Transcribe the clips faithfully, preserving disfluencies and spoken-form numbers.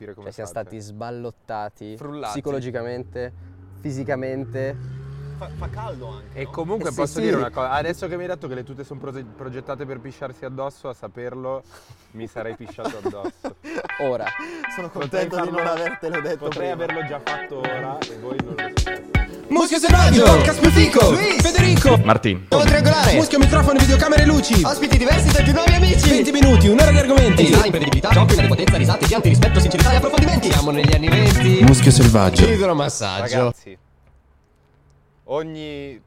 Come cioè siamo fate. stati sballottati Frullati. psicologicamente, fisicamente. Fa, fa caldo anche. E no? comunque Eh sì, posso sì. dire una cosa, adesso che mi hai detto che le tute sono proge- progettate per pisciarsi addosso, a saperlo mi sarei pisciato addosso. Ora, Sono Potrei contento di non farlo- avertelo detto Potrei prima. averlo già fatto ora e voi non lo sapete. Muschio selvaggio, podcast più fico, Federico, Martin. Nuovo triangolare, muschio, microfono, videocamere e luci, Ospiti diversi tra più nuovi amici. venti minuti, un'ora di argomenti, Design, imprevedibilità, giochi, potenza, risate, pianti, rispetto, sincerità e approfondimenti. Siamo negli anni venti. Muschio selvaggio. Idromassaggio. Ragazzi, ogni...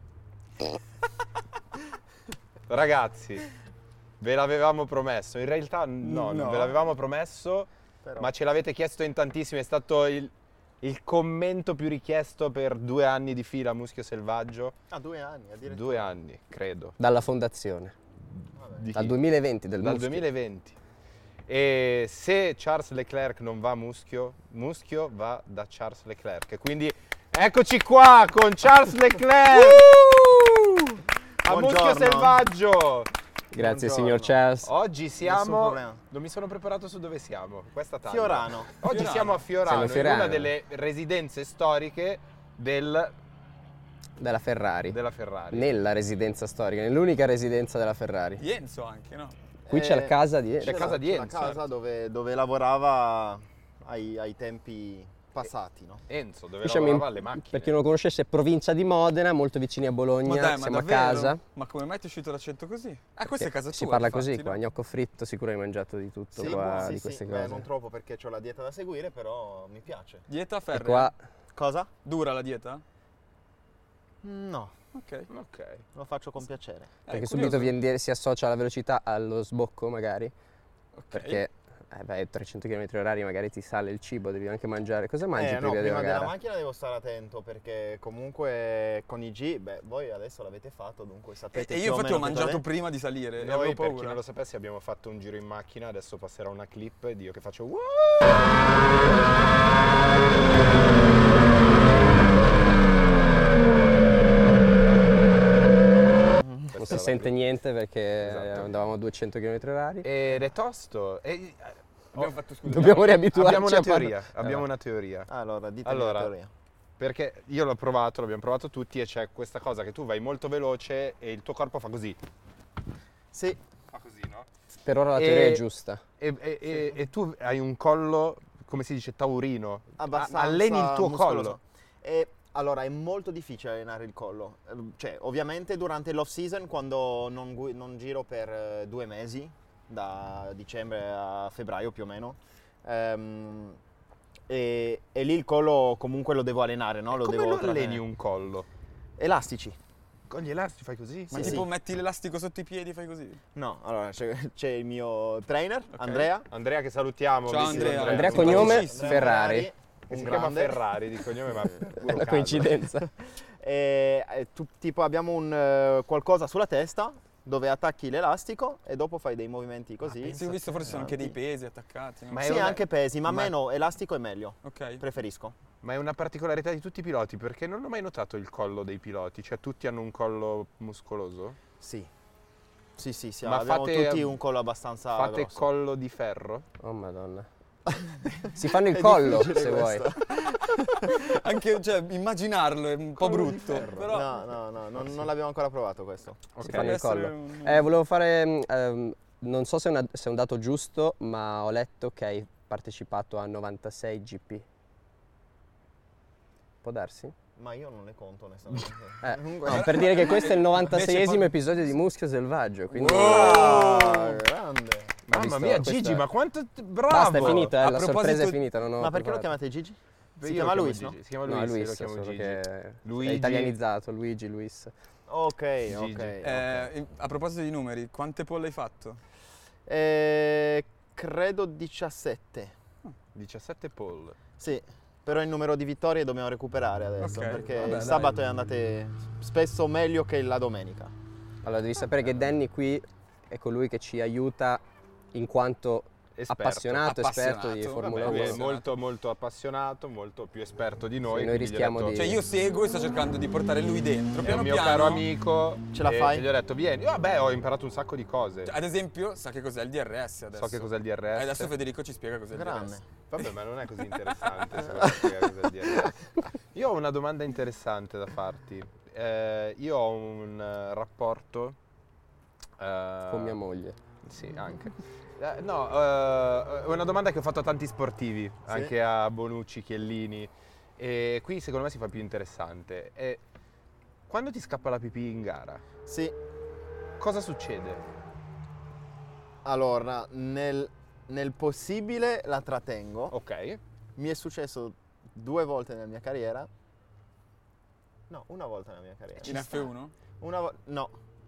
Ragazzi, ve l'avevamo promesso, in realtà no, non ve l'avevamo promesso, Però. ma ce l'avete chiesto in tantissimi, è stato il, il commento più richiesto per due anni di fila a Muschio Selvaggio. Ah, due anni, addirittura. Due anni, credo. dalla fondazione, Di dal chi? duemilaventi del Dal Muschio. duemilaventi. E se Charles Leclerc non va a Muschio, Muschio va da Charles Leclerc. Quindi eccoci qua con Charles Leclerc a Muschio Buongiorno. Selvaggio. Grazie Buongiorno. signor Charles. Oggi Nessun siamo, problema. non mi sono preparato su dove siamo, questa taglia. Fiorano. Oggi Fiorano. siamo a Fiorano, Siamo a in Fiorano. una delle residenze storiche del, Della Ferrari. della Ferrari. Nella residenza storica, nell'unica residenza della Ferrari. Di Enzo anche, no? Qui c'è la Eh, casa di... c'è casa di c'è la Enzo, casa certo. dove, dove lavorava ai, ai tempi passati, no? Enzo, dove Qui siamo in- lavorava alle macchine. per chi non lo conoscesse, provincia di Modena, molto vicini a Bologna. Ma dai, ma Siamo a davvero? casa. Ma come mai ti è uscito l'accento così? Ah, questa è casa tua. Si parla infatti, così no? qua, gnocco fritto, sicuro hai mangiato di tutto Sì, qua, sì, di sì. queste Beh, cose. non troppo perché ho la dieta da seguire, però mi piace. Dieta E ferrea? qua Cosa? Dura la dieta? No, Ok. Ok. lo faccio con piacere. perché Eh, subito curioso. viene dire- si associa la velocità allo sbocco magari, Ok. perché eh beh, trecento chilometri orari magari ti sale il cibo, devi anche mangiare. Cosa mangi Eh, no, prima prima della della gara? macchina devo stare attento perché comunque con i G, beh, voi adesso l'avete fatto, dunque E, sapete e più io o infatti ho meno cosa mangiato è. prima di salire e Noi, avevo per chi paura. non lo sapesse, abbiamo fatto un giro in macchina, adesso passerà una clip di io che faccio "Wow!" Non si sente niente perché Esatto. andavamo a duecento chilometri orari. Ed è tosto. E... Abbiamo fatto scusa. Dobbiamo riabituarci Abbiamo una a fare- teoria, Eh, abbiamo va. una teoria. Allora, ditemi Allora, la teoria. Perché io l'ho provato, l'abbiamo provato tutti e c'è questa cosa che tu vai molto veloce e il tuo corpo fa così. Sì, Fa così, no? Per ora la E- teoria è giusta. E, e- e- e tu hai un collo, come si dice, taurino. abbastanza A- Alleni il tuo muscoloso. collo. E allora è molto difficile allenare il collo. Eh, Cioè, ovviamente durante l'off season, quando non, gu- non giro per eh, due mesi, da dicembre a febbraio più o meno, ehm, e, e lì il collo comunque lo devo allenare, no? Lo Come devo lo trattenere. alleni un collo? Elastici. Con gli elastici fai così? Ma Sì, tipo sì. metti l'elastico sotto i piedi e fai così? No, allora c'è, c'è il mio trainer, Ok. Andrea. Andrea che salutiamo. Ciao, visto Andrea. Andrea Sì, cognome simpaticissimo. Ferrari. Che un si chiama grande. Ferrari di cognome, ma per È puro una caso. coincidenza. E, eh, tu- tipo abbiamo un, eh, qualcosa sulla testa dove attacchi l'elastico e dopo fai dei movimenti così. Sì, ho visto forse sono anche dei pesi attaccati. No? Ma è Sì, una- anche pesi, ma, ma- meno elastico è meglio. Ok. Preferisco. Ma è una particolarità di tutti i piloti, perché non ho mai notato il collo dei piloti, cioè tutti hanno un collo muscoloso? Sì. Sì, sì, sì, Ma abbiamo fate- tutti un collo abbastanza Fate grosso. collo di ferro? Oh madonna. Si fanno il È collo, difficile se vuoi. questo. Anche, cioè, immaginarlo è un po' Collo di brutto. ferro. Però No, no, no, non, non l'abbiamo ancora provato questo. Si Ok. fanno il essere collo. un- Eh, volevo fare, ehm, non so se è, una- se è un dato giusto, ma ho letto che hai partecipato a novantasei G P. Può darsi? Ma io non ne conto onestamente. Eh, Comunque- no, per dire che questo è il novantaseiesimo Invece episodio di Muschio Selvaggio, quindi Wow, grande. Ho Mamma visto mia, questa- Gigi, ma quanto bravo! basta, è finito, eh, A la sorpresa proposito è di- finita, non ho Ma perché lo preparato. chiamate Gigi? Io Si lo chiama chiamo Luis, no? Gigi, Si chiama No, Luis, è Luis, io lo chiamo solo Gigi. che è Luigi. italianizzato, Luigi, Luis. Ok, Gigi. ok. Eh, a proposito di numeri, quante poll hai fatto? Eh, credo diciassette. diciassette pole. Sì, però il numero di vittorie dobbiamo recuperare adesso Ok, perché vabbè, il dai. sabato è andate spesso meglio che la domenica. Allora devi sapere che Danny qui è colui che ci aiuta in quanto Esperto. appassionato, esperto Appassionato, di Formula vabbè, Lui è uno. sì. molto molto appassionato, molto più esperto di noi. Sì, noi quindi gli ho rischiamo detto, di- Cioè io seguo e sto cercando di portare lui dentro. È Piano un mio piano. caro amico. Ce la e- fai? E gli ho detto, vieni. Io, vabbè, ho imparato un sacco di cose. Cioè, ad esempio, sa che cos'è il D R S adesso. So che cos'è il D R S. E adesso Federico ci spiega cos'è il Grande. D R S. Vabbè, ma non è così interessante se vuoi spiegare cosa dire adesso. Io ho una domanda interessante da farti. Eh, io ho un eh, rapporto... eh, Con mia moglie. Sì, anche. Eh, no, eh, è una domanda che ho fatto a tanti sportivi, anche a Bonucci, Chiellini. E qui secondo me si fa più interessante. E quando ti scappa la pipì in gara, Sì, cosa succede? allora, nel, nel possibile la trattengo. Ok. Mi è successo due volte nella mia carriera. No, una volta nella mia carriera. In F uno? Una vo- no,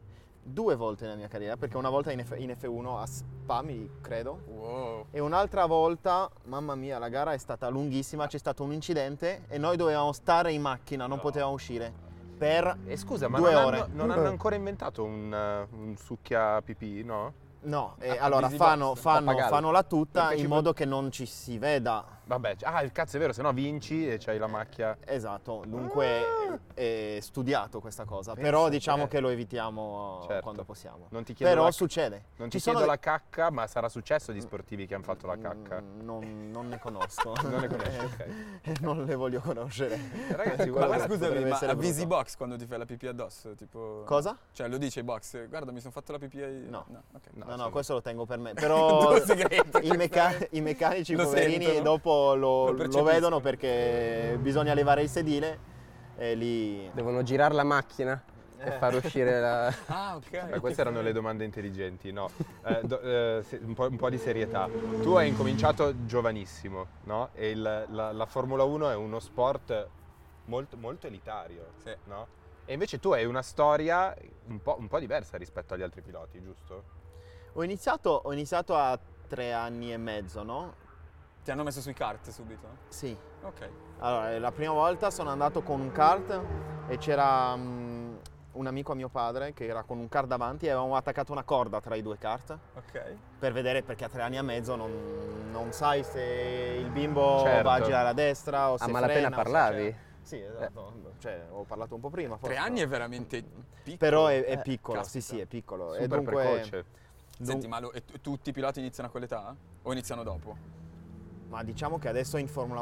due volte nella mia carriera, perché una volta in, F- in F uno a Spa, mi credo, Wow. e un'altra volta, mamma mia, la gara è stata lunghissima, c'è stato un incidente e noi dovevamo stare in macchina, non potevamo uscire per E scusa, ma due non, ore. Hanno, non hanno ancora inventato un, uh, un succhia pipì, no? No, e Ah, allora Easy fanno, Box, fanno, pappagallo. fanno la tutta Perché in ci modo che non ci si veda. Vabbè, ah, il cazzo è vero, se no vinci e c'hai la macchia. Esatto, dunque è studiato questa cosa, Pensa però te. diciamo che lo evitiamo Certo. quando possiamo. Non ti chiedo Però la, succede. non Ci ti chiedo sono la cacca, ma sarà successo di sportivi che hanno fatto la cacca. Mm, Non, non ne conosco. Non ne conosci, ok. Non le voglio conoscere. Ragazzi, Ma guarda, scusami, potrebbe ma essere avvisi brutto. box quando ti fai la pipì addosso? Tipo... Cosa? Cioè lo dice ai box, guarda mi sono fatto la pipì ai... No. ok. No, No, no, sono- questo lo tengo per me. Però Tuo segreto, i, cioè, meca- i meccanici lo poverini sentono. dopo lo, Lo lo percepiscono. vedono perché bisogna levare il sedile e lì... Devono girare la macchina e far uscire la... Ah, ok. Beh, queste erano le domande intelligenti, no? Eh, do- eh, se- un, po', un po' di serietà. Tu hai incominciato giovanissimo, no? E il- la, la Formula uno è uno sport molto, molto elitario, Sì. no? E invece tu hai una storia un po', un po' diversa rispetto agli altri piloti, giusto? Ho iniziato, ho iniziato a tre anni e mezzo, no? Ti hanno messo sui kart subito? Sì. Ok. Allora, la prima volta sono andato con un kart e c'era mm, un amico a mio padre che era con un kart davanti e avevamo attaccato una corda tra i due kart Ok. per vedere, perché a tre anni e mezzo non, non sai se il bimbo Certo. va a girare a destra o se A malapena frena, o se parlavi? c'è- Sì, esatto. Cioè, ho parlato un po' prima. Tre forse, anni no? è veramente piccolo. Però è, è Eh, piccolo, caspita. sì sì, è piccolo. Super e dunque, precoce. Senti, dun- ma lo- e t- tutti i piloti iniziano a quell'età? O iniziano dopo? ma diciamo che adesso in Formula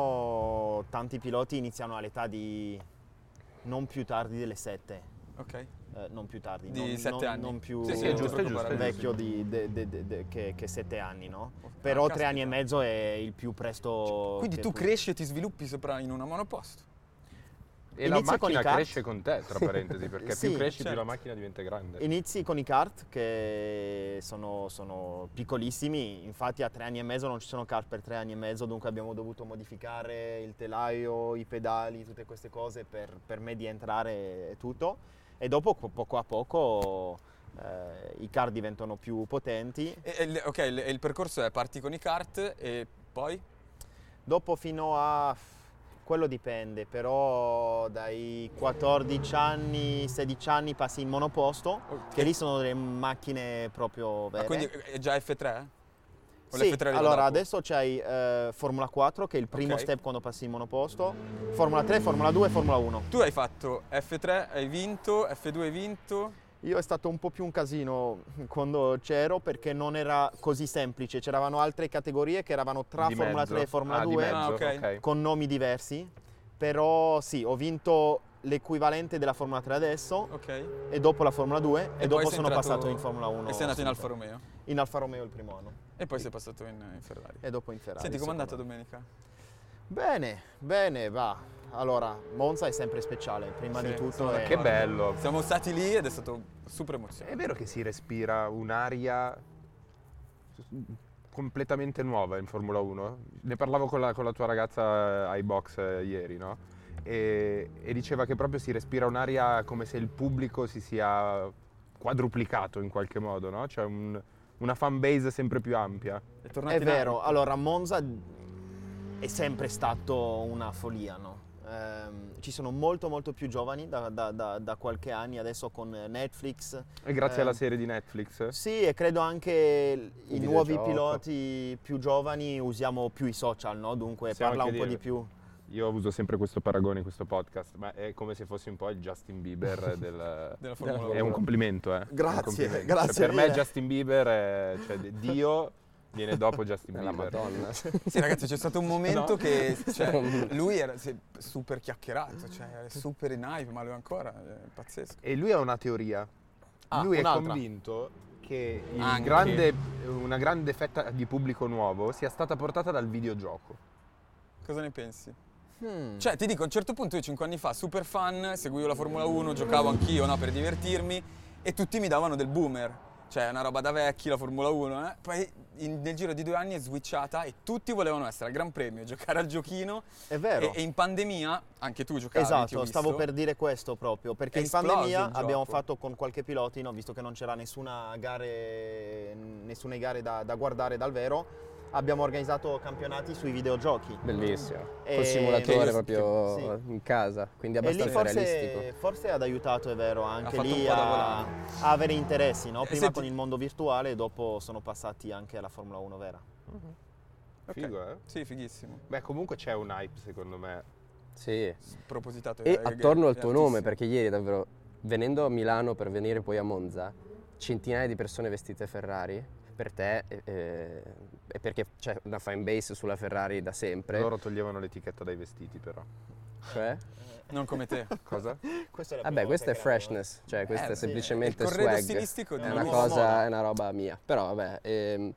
uno tanti piloti iniziano all'età di non più tardi delle sette. Ok. Eh, non più tardi, Di non, sette non- anni. non più Sì, sì, è giusto, è giusto, è vecchio di, de- de- de- de- che, che sette anni, no? Però caspita. tre anni e mezzo è il più presto. Quindi che tu pu- cresci e ti sviluppi sopra in una monoposto. E la Inizia con i macchina kart. cresce con te, tra parentesi, perché Sì, più cresci certo. più la macchina diventa grande. Inizi con i kart che sono, sono piccolissimi, infatti a tre anni e mezzo non ci sono kart per tre anni e mezzo, dunque abbiamo dovuto modificare il telaio, i pedali, tutte queste cose per, per me di entrare e tutto. E dopo po- poco a poco eh, i kart diventano più potenti. E, e il- ok, il, e il percorso è parti con i kart e poi? Dopo fino a... quello dipende, però dai quattordici anni, sedici anni passi in monoposto, che lì sono delle macchine proprio Ma vere. quindi è già F tre? O Sì, l'F tre arriva allora dopo? adesso c'hai eh, Formula quattro che è il primo Ok. step quando passi in monoposto, Formula tre, Formula due e Formula uno. Tu hai fatto F tre, hai vinto, F due hai vinto. Io è stato un po' più un casino quando c'ero perché non era così semplice, c'erano altre categorie che eravano tra Di Formula mezzo. tre e Formula Ah, di due mezzo, Ah, ok. ok. con nomi diversi, però sì, ho vinto l'equivalente della Formula tre adesso Ok. e dopo la Formula due e, poi dopo sei sono entrato- passato in Formula uno. E sei andato in subito. Alfa Romeo. In Alfa Romeo il primo anno E poi sei passato in, in Ferrari. e dopo in Ferrari. Senti, il com'è andata secondo. domenica? Bene, bene, va. Allora, Monza è sempre speciale, prima Sì, di tutto. sono è- Che bello. Siamo stati lì ed è stato super È emozionante. vero che si respira un'aria completamente nuova in Formula uno? Ne parlavo con la, con la tua ragazza ai box eh, ieri, no? E, e diceva che proprio si respira un'aria come se il pubblico si sia quadruplicato in qualche modo, no? C'è un- una fan base sempre più ampia. È, tornato È in vero, hype. allora Monza è sempre stato una follia, no? Ehm, ci sono molto molto più giovani da, da- da- da qualche anni adesso con Netflix. E grazie Eh, alla serie di Netflix? Sì, e credo anche i Il nuovi videogioco. piloti più giovani usiamo più i social, no? Dunque Possiamo parla un anche po' di dirlo. più. Io uso sempre questo paragone in questo podcast, ma è come se fossi un po' il Justin Bieber del... Della Formula È un complimento, eh. È un Grazie, complimento. grazie Cioè, per me mille. Justin Bieber è cioè, Dio Viene dopo Justin La Bieber. Madonna. Sì, ragazzi, c'è stato un momento No. che cioè, lui era sì, super chiacchierato, cioè era super in hype, ma lo è ancora, è pazzesco. E lui ha una teoria. Ah, lui è un'altra. convinto che il Anche. grande, una grande fetta di pubblico nuovo sia stata portata dal videogioco. Cosa ne pensi? Hmm. Cioè, ti dico, a un certo punto io cinque anni fa, super fan, seguivo la Formula uno, giocavo anch'io, no, per divertirmi, e tutti mi davano del boomer. Cioè, è una roba da vecchi, la Formula uno, eh. Poi in- nel giro di due anni è switchata e tutti volevano essere al Gran Premio, giocare al giochino. È vero. E, e in pandemia, anche tu giocavi, ti ho Esatto, stavo visto. per dire questo proprio, perché È in esploso pandemia il abbiamo gioco. fatto con qualche piloti, no, visto che non c'era nessuna gare, nessune gare da, da guardare dal vero, abbiamo organizzato campionati sui videogiochi. Bellissimo. E- Col simulatore che- proprio sì. in casa, quindi E lì abbastanza realistico. forse, forse ha aiutato, è vero, anche fatto un lì po' da a, volare. a avere interessi, no? E Prima senti- con il mondo virtuale e dopo sono passati anche alla Formula uno vera. Ok. Figo, eh? Sì, fighissimo. Beh, comunque c'è un hype, secondo me. Sì. Propositato. E è- è- attorno al è tuo nome, altissimo. perché ieri davvero, venendo a Milano per venire poi a Monza, centinaia di persone vestite Ferrari, per te, e, e- e perché c'è una fan base sulla Ferrari da sempre. Loro toglievano l'etichetta dai vestiti, però. Cioè? Non come te. Cosa? Questa è la Vabbè, prima questa è volta che la freshness, cioè questa Eh, è sì, semplicemente il corredo swag. stilistico di È una una nuova cosa, moda. è una roba mia. Però vabbè, ehm,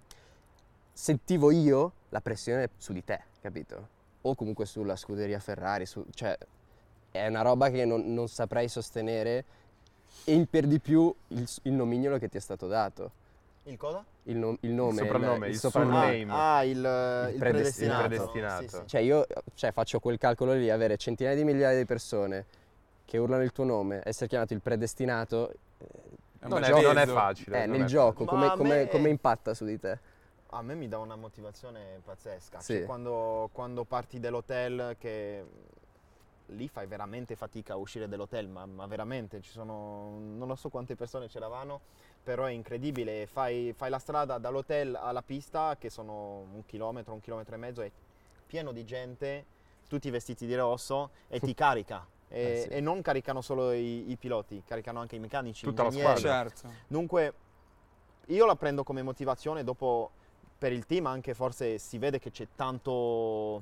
sentivo io la pressione su di te, capito? O comunque sulla scuderia Ferrari, su- cioè è una roba che non, non saprei sostenere e in per di più il, il nomignolo che ti è stato dato. Il cosa? Il, nom- il nome, soprannome, il soprannome. surname. Ah, il, il predestinato. predestinato. Il predestinato. Sì, sì. Cioè io cioè, faccio quel calcolo lì, avere centinaia di migliaia di persone che urlano il tuo nome, essere chiamato il predestinato, eh, È un Non bel è, non è peso. facile. eh, non nel è gioco, Ma come, a come- me- come impatta su di te? A me mi dà una motivazione pazzesca. Sì. Cioè, quando, quando parti dall'hotel, che lì fai veramente fatica a uscire dall'hotel, ma, ma veramente ci sono, non lo so quante persone c'eravano, però è incredibile. Fai, fai la strada dall'hotel alla pista, che sono un chilometro, un chilometro e mezzo, è pieno di gente, tutti vestiti di rosso, e ti carica. E, Eh sì. e non caricano solo i, i piloti, caricano anche i meccanici, Tutta la ingegneri. squadra. Certo. Dunque, io la prendo come motivazione, dopo per il team anche forse si vede che c'è tanto,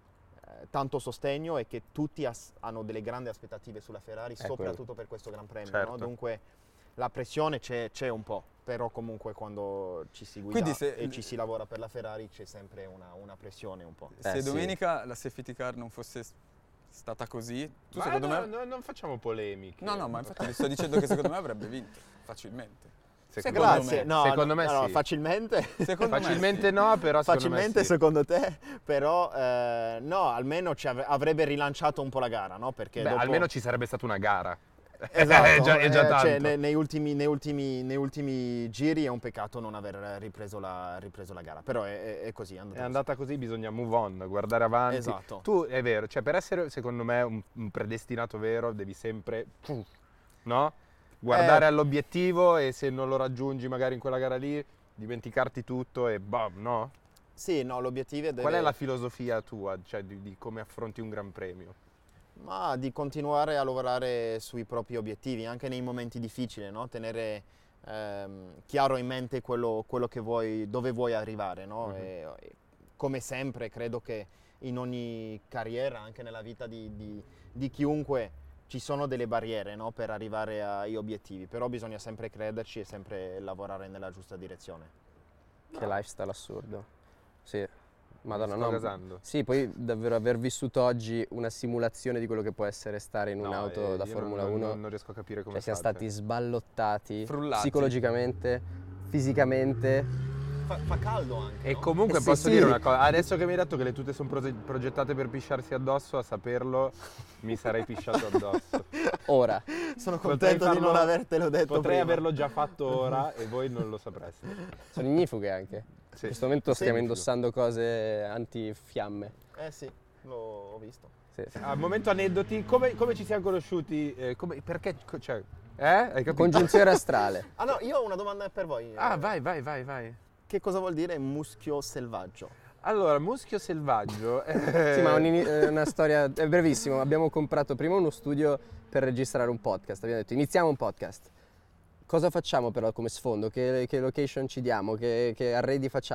eh, tanto sostegno e che tutti as- hanno delle grandi aspettative sulla Ferrari, È soprattutto per questo Gran Premio. Certo. No? Dunque la pressione c'è, c'è un po', però comunque quando ci si guida Quindi se- e ci si lavora per la Ferrari c'è sempre una, una pressione un po'. Se Eh, sì. domenica la safety car non fosse s- stata così, tu Ma secondo no, me... no, non facciamo polemiche. No, no, ma infatti ti sto dicendo che secondo me avrebbe vinto, facilmente. Secondo Secondo Grazie, me. no, Secondo no, me no, sì. facilmente. Secondo Facilmente me no, però Facilmente secondo me sì. secondo te, però eh, no, almeno ci av- avrebbe rilanciato un po' la gara, no? Perché Beh, dopo... almeno ci sarebbe stata una gara. Esatto, è già, è già eh, tanto. cioè, ne- nei, ultimi, nei, ultimi, nei ultimi giri è un peccato non aver ripreso la, ripreso la gara, però è, è- è così, è andata È andata così, bisogna move on, guardare avanti. Esatto. Tu, è vero, cioè per essere secondo me un, un predestinato vero devi sempre, puh, no? Guardare Eh. all'obiettivo e se non lo raggiungi magari in quella gara lì, dimenticarti tutto e bam, no? Sì, no, l'obiettivo è deve... Qual è la filosofia tua, cioè di, di come affronti un gran premio? Ma di continuare a lavorare sui propri obiettivi, anche nei momenti difficili, no? Tenere ehm, chiaro in mente quello, quello che vuoi, dove vuoi arrivare, no? Mhm. E- e come sempre credo che in ogni carriera, anche nella vita di, di- di chiunque, ci sono delle barriere, no? Per arrivare ai obiettivi, però bisogna sempre crederci e sempre lavorare nella giusta direzione. Che lifestyle assurdo. Sì, madonna Mi sto no. gasando. Sì, poi davvero aver vissuto oggi una simulazione di quello che può essere stare in No, un'auto eh, da io Formula non, uno. Non, non riesco a capire come Cioè siamo fate. stati sballottati Frullati. psicologicamente, fisicamente. Fa, fa caldo anche, E no? comunque Eh sì, posso sì. dire una cosa, adesso che mi hai detto che le tute sono proge- progettate per pisciarsi addosso, a saperlo mi sarei pisciato addosso. Ora, Sono Potrei contento di farlo- non avertelo detto Potrei prima. averlo già fatto ora e voi non lo sapreste. sono ignifughe anche. Sì. In questo momento Sì, stiamo mi indossando cose antifiamme. Eh sì, l'ho ho visto. Sì. Al momento aneddoti, come, come ci siamo conosciuti? Eh, come- perché, co- cioè, eh? Hai capito? Congiunzione astrale. Ah no, io ho una domanda per voi. Ah, Eh, vai, vai, vai, vai. Che cosa vuol dire muschio selvaggio? Allora, muschio selvaggio. eh, Sì, ma un ini- eh, una storia, è brevissimo. Abbiamo comprato prima uno studio per registrare un podcast. Abbiamo detto iniziamo un podcast. Cosa facciamo però come sfondo? Che, che location ci diamo? Che, che arredi facciamo?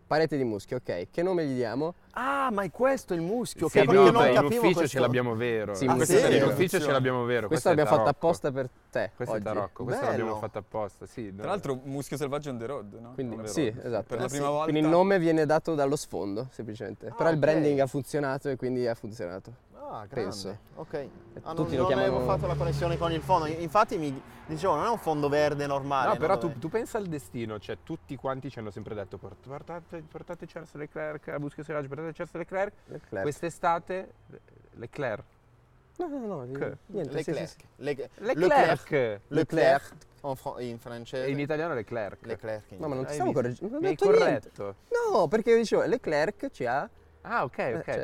parete di muschio, ok. Che nome gli diamo? Ah, ma è questo il muschio, Sì, che no, perché non in capivo ufficio questo. ce l'abbiamo vero. Sì, Ah, in questo ufficio. in ufficio ce l'abbiamo vero. Questo è l'abbiamo fatto tarocco. apposta per te. Questo oggi. è tarocco, questo Bello. l'abbiamo fatto apposta, sì. Tra l'altro Muschio Selvaggio on the road, no? Quindi, On the sì, road. esatto. Per la Eh, prima sì. volta- Quindi il nome viene dato dallo sfondo, semplicemente. Ah, Però il ok. branding ha funzionato e quindi ha funzionato. Ah, grande. Penso. Ok. Ah, non, tutti lo non chiamano- avevo fatto la connessione con il fondo. Infatti mi dicevo, non è un fondo verde normale. No, però dove- tu, tu pensa al destino, cioè tutti quanti ci hanno sempre detto "Port- portate, portate Charles Leclerc a Muschio Selvaggio, portate Charles Leclerc. Leclerc. Quest'estate Leclerc. No, no, no, di- Che? niente. sì, Leclerc. sì, sì. Le- Leclerc. Leclerc. En fran- in francese. E in italiano Leclerc. Leclerc. in No, ma non ti Hai stavo visto? correggendo. Non Mi ho hai detto niente. corretto. No, perché io dicevo Leclerc ci ha. Ah, ok, eh, ok. cioè-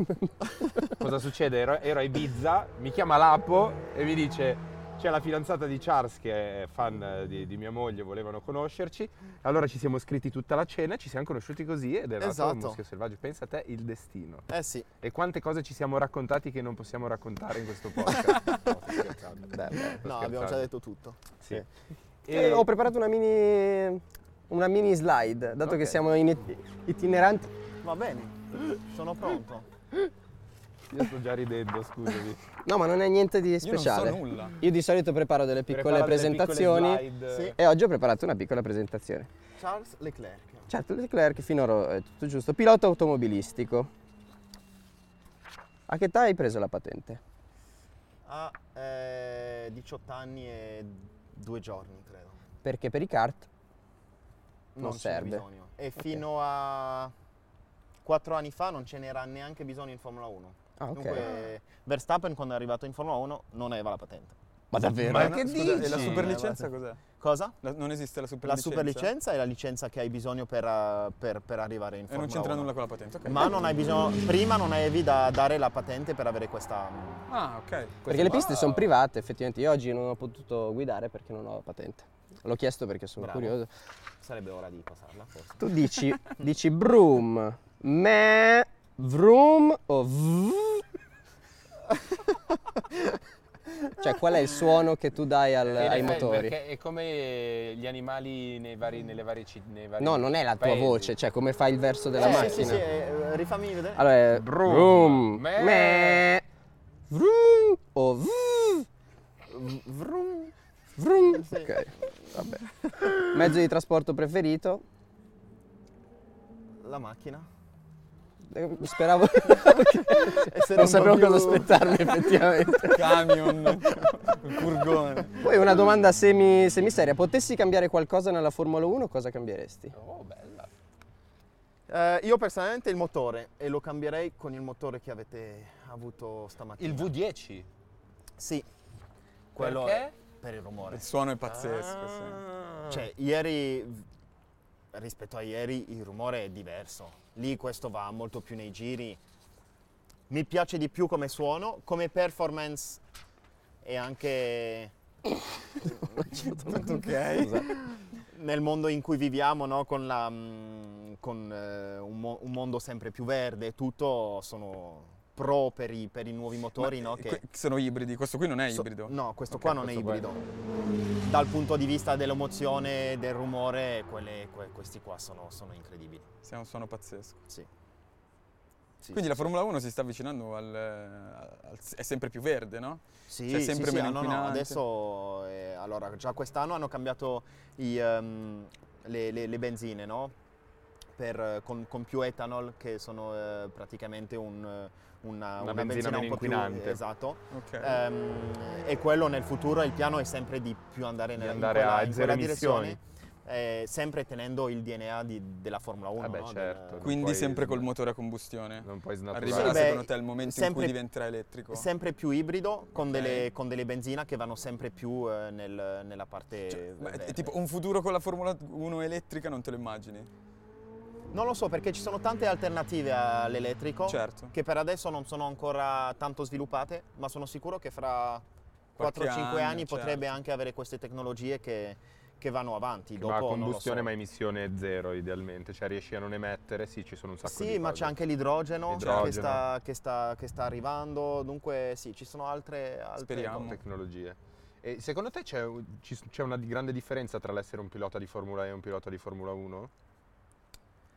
Cosa succede? Ero, ero a Ibiza, mi chiama Lapo e mi dice c'è la fidanzata di Charles che è fan di, di mia moglie, volevano conoscerci. Allora ci siamo scritti tutta la cena, ci siamo conosciuti così ed è nato Esatto. Muschio Selvaggio. Pensa a te il destino. Eh sì. E quante cose ci siamo raccontati che non possiamo raccontare in questo podcast. No, sto scherzando. Beh, beh. Sto No, abbiamo scherzando. già detto tutto. Sì. Eh, E- ho preparato una mini, una mini slide, dato Ok. che siamo in it- itineranti. Va bene. Sono pronto. Io sto già ridendo, scusami. No, ma non è niente di Io speciale. non so nulla. Io di solito preparo delle piccole Prepara delle presentazioni piccole slide. Sì. e oggi ho preparato una piccola presentazione. Charles Leclerc. Certo, Leclerc finora è tutto giusto. Pilota automobilistico. A che età hai preso la patente? Ha eh, diciotto anni e due giorni, credo. Perché per i kart non ce n'è serve. bisogno. E fino a quattro anni fa non ce n'era neanche bisogno in Formula uno. Ah, ok. Dunque Verstappen quando è arrivato in Formula uno non aveva la patente. Ma davvero? Ma no, che scusa, e la dici? superlicenza cos'è? Cosa? La- non esiste la La superlicenza? superlicenza è la licenza che hai bisogno per, uh, per- per arrivare in E Formula non c'entra uno. nulla con la patente, ok. Ma non hai bisogno, prima non avevi da dare la patente per avere questa... Ah, ok. Perché le piste sono private, effettivamente. Io oggi non ho potuto guidare perché non ho la patente. L'ho chiesto perché sono Bravo. curioso. Sarebbe ora di passarla, forse. Tu dici, dici broom, me, vroom o v? Cioè, qual è il suono che tu dai al- In ai effetti, motori? Perché è come gli animali nei vari, nelle varie città. No, non è la tua paesi. voce, cioè come fai il verso della Eh, macchina. Sì, sì, eh, rifammi vedere. Allora è Vroom, vroom, me, me, vroom o v? Vroom. Vroom. Sì. Ok, vabbè. Mezzo di trasporto preferito? La macchina. Eh, Speravo... Essere non un sapevo po' più- cosa aspettarmi effettivamente. Camion, il furgone. Poi una domanda semi, semiseria, potessi cambiare qualcosa nella Formula uno, cosa cambieresti? Oh, bella. Eh, io personalmente il motore e lo cambierei con il motore che avete avuto stamattina. Il V dieci. Sì. Quello Perché? è per il rumore. Il suono è pazzesco, sì. Ah. Cioè, ieri rispetto a ieri il rumore è diverso. Lì questo va molto più nei giri. Mi piace di più come suono, come performance e anche Ok. nel mondo in cui viviamo, no? Con, la, mm, con eh, un, mo- un mondo sempre più verde, tutto sono pro per i, per i nuovi motori, no? Che Que- sono ibridi, questo qui non è so- ibrido. no, questo Ok, qua non questo è qua è- ibrido. Dal punto di vista dell'emozione, del rumore, quelle- que- questi qua sono, sono incredibili. Sì, è un suono pazzesco. Sì. Sì, Quindi sì, la Formula uno si sta avvicinando al, al- è sempre più verde, no? Sì, Cioè, sì, sempre sì, meno ah, no, no, inquinante. adesso, eh, allora, già quest'anno hanno cambiato i, ehm, le, le- le benzine, no? Per, eh, con, con più ethanol, che sono eh, praticamente un, eh, una, Una una benzina benzina un meno po' più inquinante. esatto. Ok. Ehm, e quello nel futuro, il piano è sempre di più andare, Di nella, andare in quella, a in zero quella direzione, emissioni. eh, sempre tenendo il D N A di- della Formula uno. Vabbè, no? certo. Del- Quindi puoi- sempre col motore a combustione. Non puoi snaturare. Arriverà Sì, beh, secondo te il momento in sempre- cui diventerà elettrico? sempre più ibrido, con, Ok. delle, con delle benzina che vanno sempre più eh, nel- nella parte Cioè, ma è verde. tipo un futuro con la Formula uno elettrica non te lo immagini? Non lo so, perché ci sono tante alternative all'elettrico Certo. che per adesso non sono ancora tanto sviluppate, ma sono sicuro che fra quattro cinque anno, anni potrebbe certo. anche avere queste tecnologie che, che vanno avanti. Che Dopo, va a non lo combustione so. ma emissione zero idealmente, cioè riesci a non emettere, sì ci sono un sacco di Sì, ma cose. c'è anche l'idrogeno, L'idrogeno. Che, sta, che, sta, che sta arrivando, dunque sì, ci sono altre, altre Speriamo. tecnologie. E secondo te c'è, ci- c'è una di- grande differenza tra l'essere un pilota di Formula E e un pilota di Formula uno?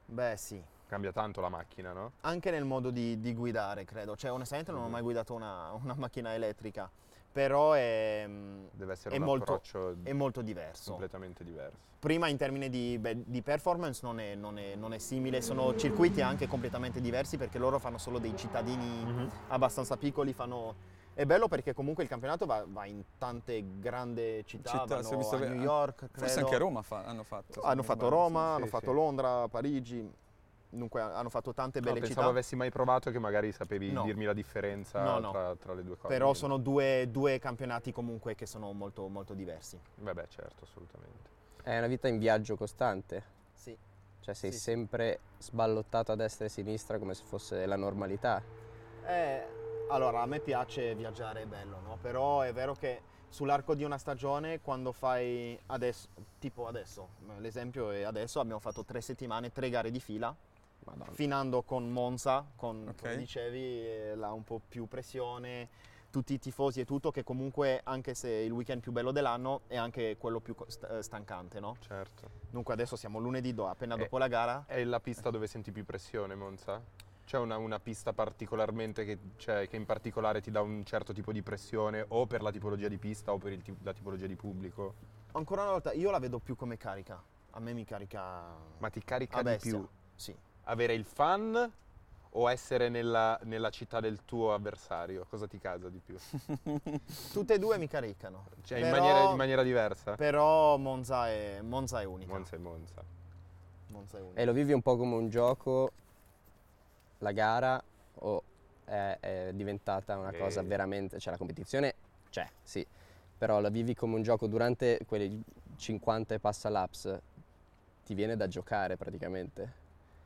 Beh sì, Cambia tanto la macchina, no? anche nel modo di, di guidare credo, cioè onestamente non ho mai guidato una, una macchina elettrica, però è, Deve essere è un molto, approccio è molto diverso. completamente diverso. Prima in termini di, beh, di performance non è, non, è, non è simile, sono circuiti anche completamente diversi perché loro fanno solo dei cittadini Mhm. abbastanza piccoli, fanno... È bello perché comunque il campionato va, va in tante grandi città, Città, vanno si è visto a che- New York, Forse credo. anche a Roma fa- hanno fatto. se Hanno non fatto sbaglio, Roma, sì, hanno sì, fatto sì. Londra, Parigi, dunque hanno fatto tante No, belle pensavo città. avessi mai provato che magari sapevi No. dirmi la differenza No, no. Tra, tra le due cose. Però sono due, due campionati comunque che sono molto, molto diversi. Vabbè, certo, assolutamente. È una vita in viaggio costante, Sì. cioè sei Sì, sì. sempre sballottato a destra e a sinistra come se fosse la normalità. Eh, allora, a me piace viaggiare, è bello, no? Però è vero che sull'arco di una stagione, quando fai adesso, tipo adesso, l'esempio è adesso, abbiamo fatto tre settimane, tre gare di fila, Madonna. finendo con Monza, con, Ok. come dicevi, eh, là un po' più pressione, tutti i tifosi e tutto, che comunque, anche se è il weekend più bello dell'anno, è anche quello più co- st- stancante, no? Certo. Dunque adesso siamo lunedì, do- appena Eh, dopo la gara. È la pista dove senti più pressione, Monza? C'è una, una pista particolarmente che, cioè, che in particolare ti dà un certo tipo di pressione o per la tipologia di pista o per il ti- la tipologia di pubblico? Ancora una volta, io la vedo più come carica. A me mi carica Ma ti carica a di bestia. più Sì. avere il fan o essere nella, nella città del tuo avversario? Cosa ti casa di più? Tutte e due mi caricano. Cioè in Però- maniera, in maniera diversa? Però Monza è, Monza è unica. Monza e Monza. Monza è unica. E lo vivi un po' come un gioco, la gara, o è, è diventata una Eh. cosa veramente... Cioè la competizione c'è, sì, però la vivi come un gioco durante quei cinquanta e passa laps, ti viene da giocare praticamente.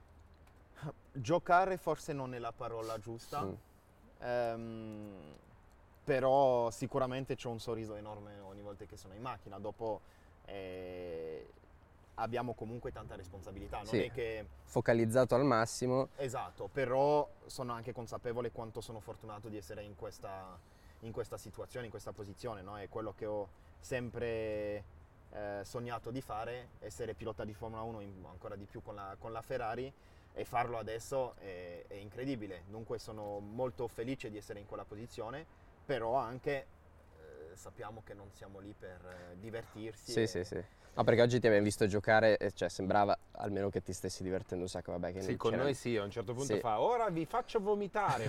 Giocare forse non è la parola giusta, Mm. ehm, però sicuramente c'ho un sorriso enorme ogni volta che sono in macchina. Dopo eh, abbiamo comunque tanta responsabilità, non Sì. è che... Focalizzato al massimo, Esatto, però sono anche consapevole quanto sono fortunato di essere in questa, in questa situazione, in questa posizione, no? È quello che ho sempre eh, sognato di fare, essere pilota di Formula uno, in- ancora di più con la, con la Ferrari, e farlo adesso è, è incredibile. Dunque sono molto felice di essere in quella posizione, però anche eh, sappiamo che non siamo lì per eh, divertirsi. sì, e- sì, sì. No, perché oggi ti abbiamo visto giocare e cioè sembrava almeno che ti stessi divertendo un sacco, vabbè che Sì, non con c'era- noi sì, a un certo punto Sì. fa ora vi faccio vomitare.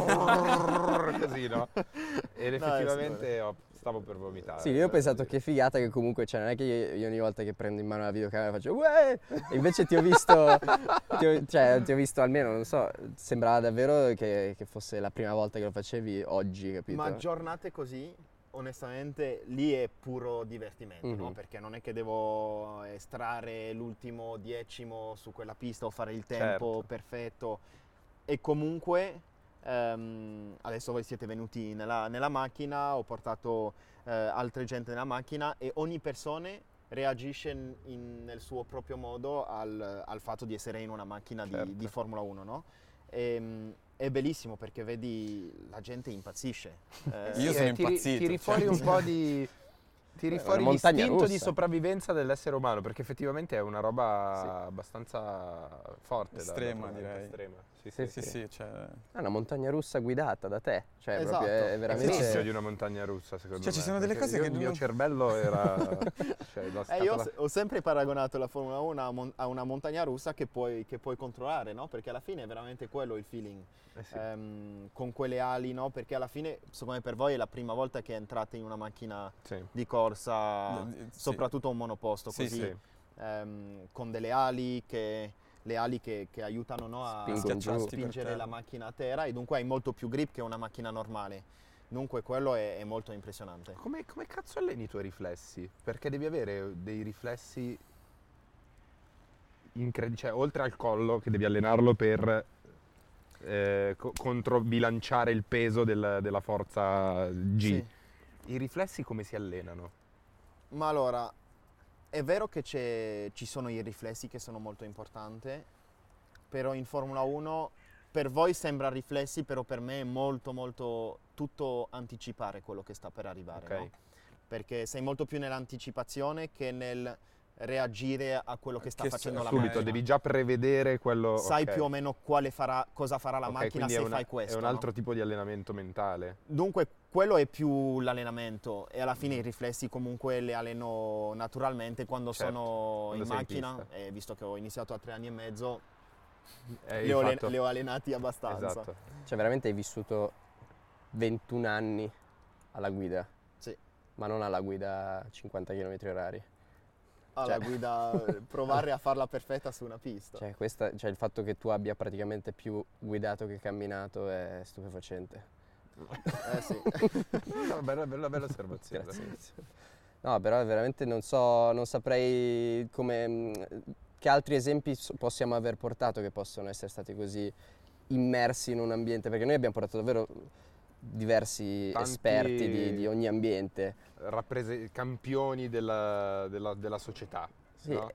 Così, no? Ed effettivamente ho- stavo per vomitare. Sì, io ho pensato che figata che comunque, cioè non è che io, io ogni volta che prendo in mano la videocamera faccio uè! E invece ti ho visto, ti ho, cioè ti ho visto almeno, non so, sembrava davvero che, che fosse la prima volta che lo facevi oggi, capito? Ma giornate così, onestamente, lì è puro divertimento, no? Mhm. Perché non è che devo estrarre l'ultimo decimo su quella pista o fare il tempo Certo. perfetto. E comunque, ehm, adesso voi siete venuti nella, nella macchina, ho portato eh, altre gente nella macchina e ogni persona reagisce in- in- nel suo proprio modo al, al fatto di essere in una macchina di, Certo. di Formula uno, no? E, è bellissimo perché vedi la gente impazzisce. Eh, Io sono eh, tiri- impazzito, Tiri cioè. fuori un po' di... Tiri È fuori una montagna l'istinto di russa. sopravvivenza dell'essere umano, perché effettivamente è una roba Sì. abbastanza forte. da- da Estrema, provare, direi. Estrema. Sì, Sì, sì, Sì, sì, cioè... È una montagna russa guidata da te, cioè Esatto. proprio è È veramente... figlio di una montagna russa, secondo Cioè, me. ci sono delle perché cose io- che il mio non- cervello era... cioè, la Eh, io ho, scatola- se- ho sempre paragonato la Formula uno a, mon- a una montagna russa che puoi, che puoi controllare, no? Perché alla fine è veramente quello il feeling, Eh sì. ehm, con quelle ali, no? Perché alla fine, secondo me per voi è la prima volta che entrate in una macchina Sì. di corsa, No, eh, sì. soprattutto un monoposto Sì, così, sì. ehm, con delle ali che, le ali che, che aiutano, no, a Spingono a giù. spingere Per la terra. macchina a terra e dunque hai molto più grip che una macchina normale. Dunque quello è, è molto impressionante. Come, come cazzo alleni i tuoi riflessi? Perché devi avere dei riflessi incredibili, cioè oltre al collo che devi allenarlo per eh, co- controbilanciare il peso del- della forza G. Sì. I riflessi come si allenano? Ma allora, è vero che c'è- ci sono i riflessi che sono molto importanti, però in Formula uno per voi sembra riflessi, però per me è molto molto tutto anticipare quello che sta per arrivare, Ok. no? Perché sei molto più nell'anticipazione che nel reagire a quello che sta Che facendo se- la Subito, macchina. devi già prevedere quello... Sai ok. più o meno quale farà, cosa farà la Ok, macchina quindi se è una- fai questo. È un no? altro tipo di allenamento mentale. Dunque, quello è più l'allenamento e alla fine i riflessi comunque li alleno naturalmente quando Certo, sono quando in sei in macchina pista. e visto che ho iniziato a tre anni e mezzo Eh, li ho, allen- fatto- li ho allenati abbastanza. Esatto. Cioè veramente hai vissuto ventuno anni alla guida, Sì. ma non alla guida a cinquanta chilometri orari. Alla Cioè- guida, provare a farla perfetta su una pista. Cioè, questa, cioè il fatto che tu abbia praticamente più guidato che camminato è stupefacente. Eh sì. No, bella, bella, bella osservazione. Grazie. No, però veramente non so, non saprei come, mh, che altri esempi s- possiamo aver portato che possono essere stati così immersi in un ambiente, perché noi abbiamo portato davvero diversi Tanti- esperti di, di ogni ambiente. Rapprese- campioni della, della- della società. Sì. No?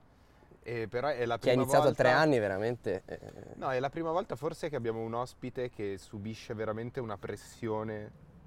E però è la Chi ha prima iniziato a volta... tre anni veramente... eh, No, è la prima volta forse che abbiamo un ospite che subisce veramente una pressione.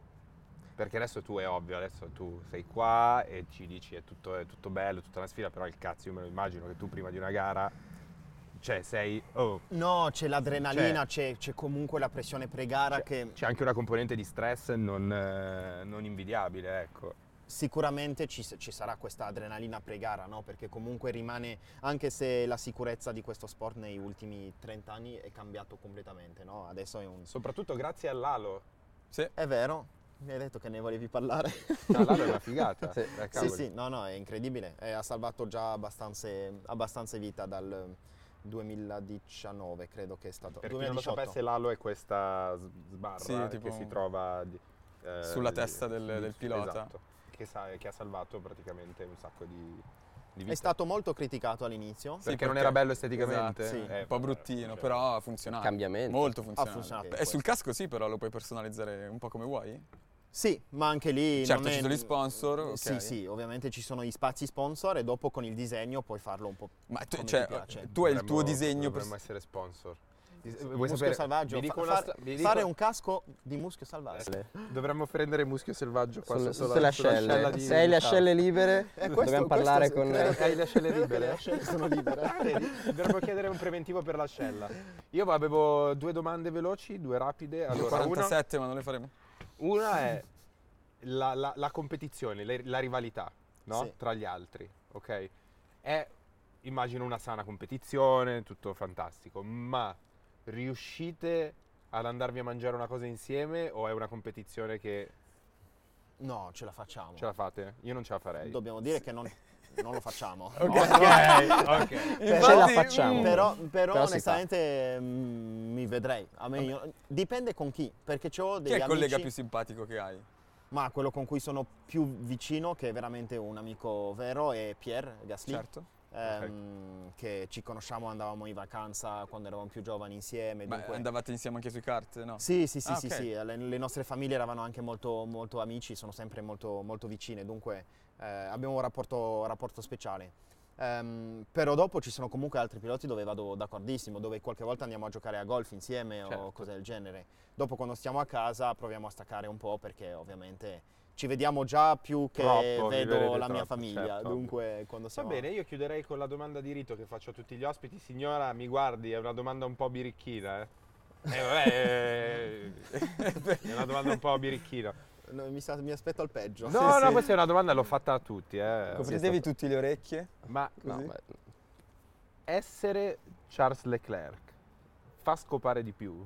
Perché adesso tu è ovvio, adesso tu sei qua e ci dici è tutto, è tutto bello, tutta una sfida, però il cazzo io me lo immagino che tu prima di una gara, cioè sei... Oh, No, c'è l'adrenalina, Cioè- c'è, c'è comunque la pressione pre-gara c'è, che c'è anche una componente di stress non, eh, non invidiabile, ecco. sicuramente ci, ci sarà questa adrenalina pre-gara, no? Perché comunque rimane, anche se la sicurezza di questo sport nei ultimi trenta anni è cambiato completamente, no? Adesso è un... Soprattutto grazie all'Halo. Sì. È vero, mi hai detto che ne volevi parlare. No, l'Halo è una figata. Sì. Eh, Sì, cavoli. sì, no, no, è incredibile. E ha salvato già abbastanza, abbastanza vita dal duemiladiciannove, credo che è stato. Per chi non lo duemiladiciotto. sapesse, l'Halo è questa s- sbarra Sì, che tipo si trova di- eh, sulla di- testa del- di- del pilota. Esatto, che, sa- che ha salvato praticamente un sacco di, di vite. È stato molto criticato all'inizio. Perché Sì, non perché- era bello esteticamente? Esatto, sì. Eh, un po' bruttino, cioè, però ha funzionato. Cambiamento. Molto funzionato. funzionato. E sul casco sì, però lo puoi personalizzare un po' come vuoi. Sì, ma anche lì Certo, non ci è... sono gli sponsor, ok. Sì, sì, ovviamente ci sono gli spazi sponsor e dopo con il disegno puoi farlo un po' Ma tu, come cioè, ti piace. tu hai il dovremmo- tuo disegno per... Dovremmo essere sponsor. Vuoi Muschio sapere? selvaggio, Vi dico fa- una fare, sta- vi dico- fare un casco di muschio selvaggio. Eh, Dovremmo prendere muschio selvaggio qua Sulle, sotto sulle la- ascelle. sulla ascella di- Se hai le di Charles. ascelle libere, Eh, questo- dobbiamo parlare questo con... credo che- Hai le ascelle credo che libere? Le ascelle sono libere. Ah, vedi? Dovremmo chiedere un preventivo per l'ascella. Io avevo due domande veloci, due rapide. Io Allora, una, quarantasette, ma non le faremo. una è la, la- la competizione, le- la rivalità, no? Sì. Tra gli altri, ok? È, immagino, una sana competizione, tutto fantastico, ma riuscite ad andarvi a mangiare una cosa insieme o è una competizione che No, ce la facciamo. ce la fate? Io non ce la farei. Dobbiamo dire che non, non lo facciamo. Ok, ok. Ce la facciamo. Però, però Però si onestamente mm, mi vedrei. A me, io- dipende con chi, perché c'ho Chi degli è il collega amici, più simpatico che hai? ma quello con cui sono più vicino, che è veramente un amico vero, è Pierre Gasly. Certo. ehm, Che ci conosciamo, andavamo in vacanza quando eravamo più giovani insieme. Ma dunque- andavate insieme anche sui kart, no? Sì, sì, sì, Ah, sì, ok. sì. Le, le nostre famiglie eravamo anche molto, molto amici, sono sempre molto, molto vicine, dunque eh, abbiamo un rapporto, rapporto speciale. Ehm, però dopo ci sono comunque altri piloti dove vado d'accordissimo, dove qualche volta andiamo a giocare a golf insieme Certo. o cose del genere. Dopo quando stiamo a casa proviamo a staccare un po' perché ovviamente ci vediamo già più che Troppo, vi vedo vedete la mia troppo, famiglia, certo, dunque quando Va siamo... bene, io chiuderei con la domanda di rito che faccio a tutti gli ospiti. Signora, mi guardi, è una domanda un po' birichina, eh? Eh, vabbè, eh, è una domanda un po' birichina. No, mi, sa- mi aspetto al peggio. No, Sì, no, sì. questa è una domanda, l'ho fatta a tutti, eh. Copritevi tutte le orecchie. Ma No, Così? beh, essere Charles Leclerc fa scopare di più?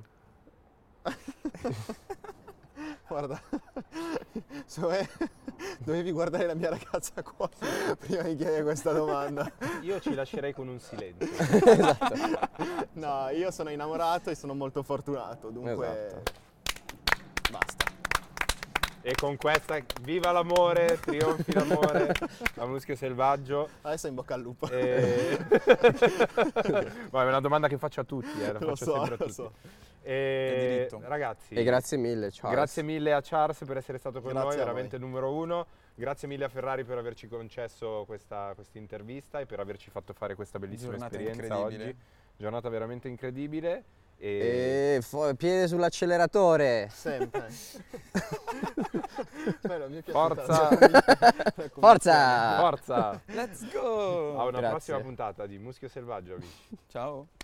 Guarda, so, eh, dovevi guardare la mia ragazza qua prima di chiedere questa domanda. Io ci lascerei con un silenzio. No, io sono innamorato e sono molto fortunato, dunque Esatto. basta. E con questa, viva l'amore, trionfi l'amore, a Muschio Selvaggio. Adesso in bocca al lupo. E... Vabbè, è una domanda che faccio a tutti, eh, la Lo faccio so, sempre a lo tutti. so. E... È diritto. Ragazzi, E grazie mille, Charles. grazie mille a Charles per essere stato con Grazie noi, a veramente voi. numero uno. Grazie mille a Ferrari per averci concesso questa intervista e per averci fatto fare questa bellissima Giornata esperienza incredibile. oggi. Giornata veramente incredibile. E... E fo- piede sull'acceleratore. Sempre. Bello, mi è piaciuta. Forza. Forza! Forza. Let's go! A una Grazie. prossima puntata di Muschio Selvaggio, amici. Ciao.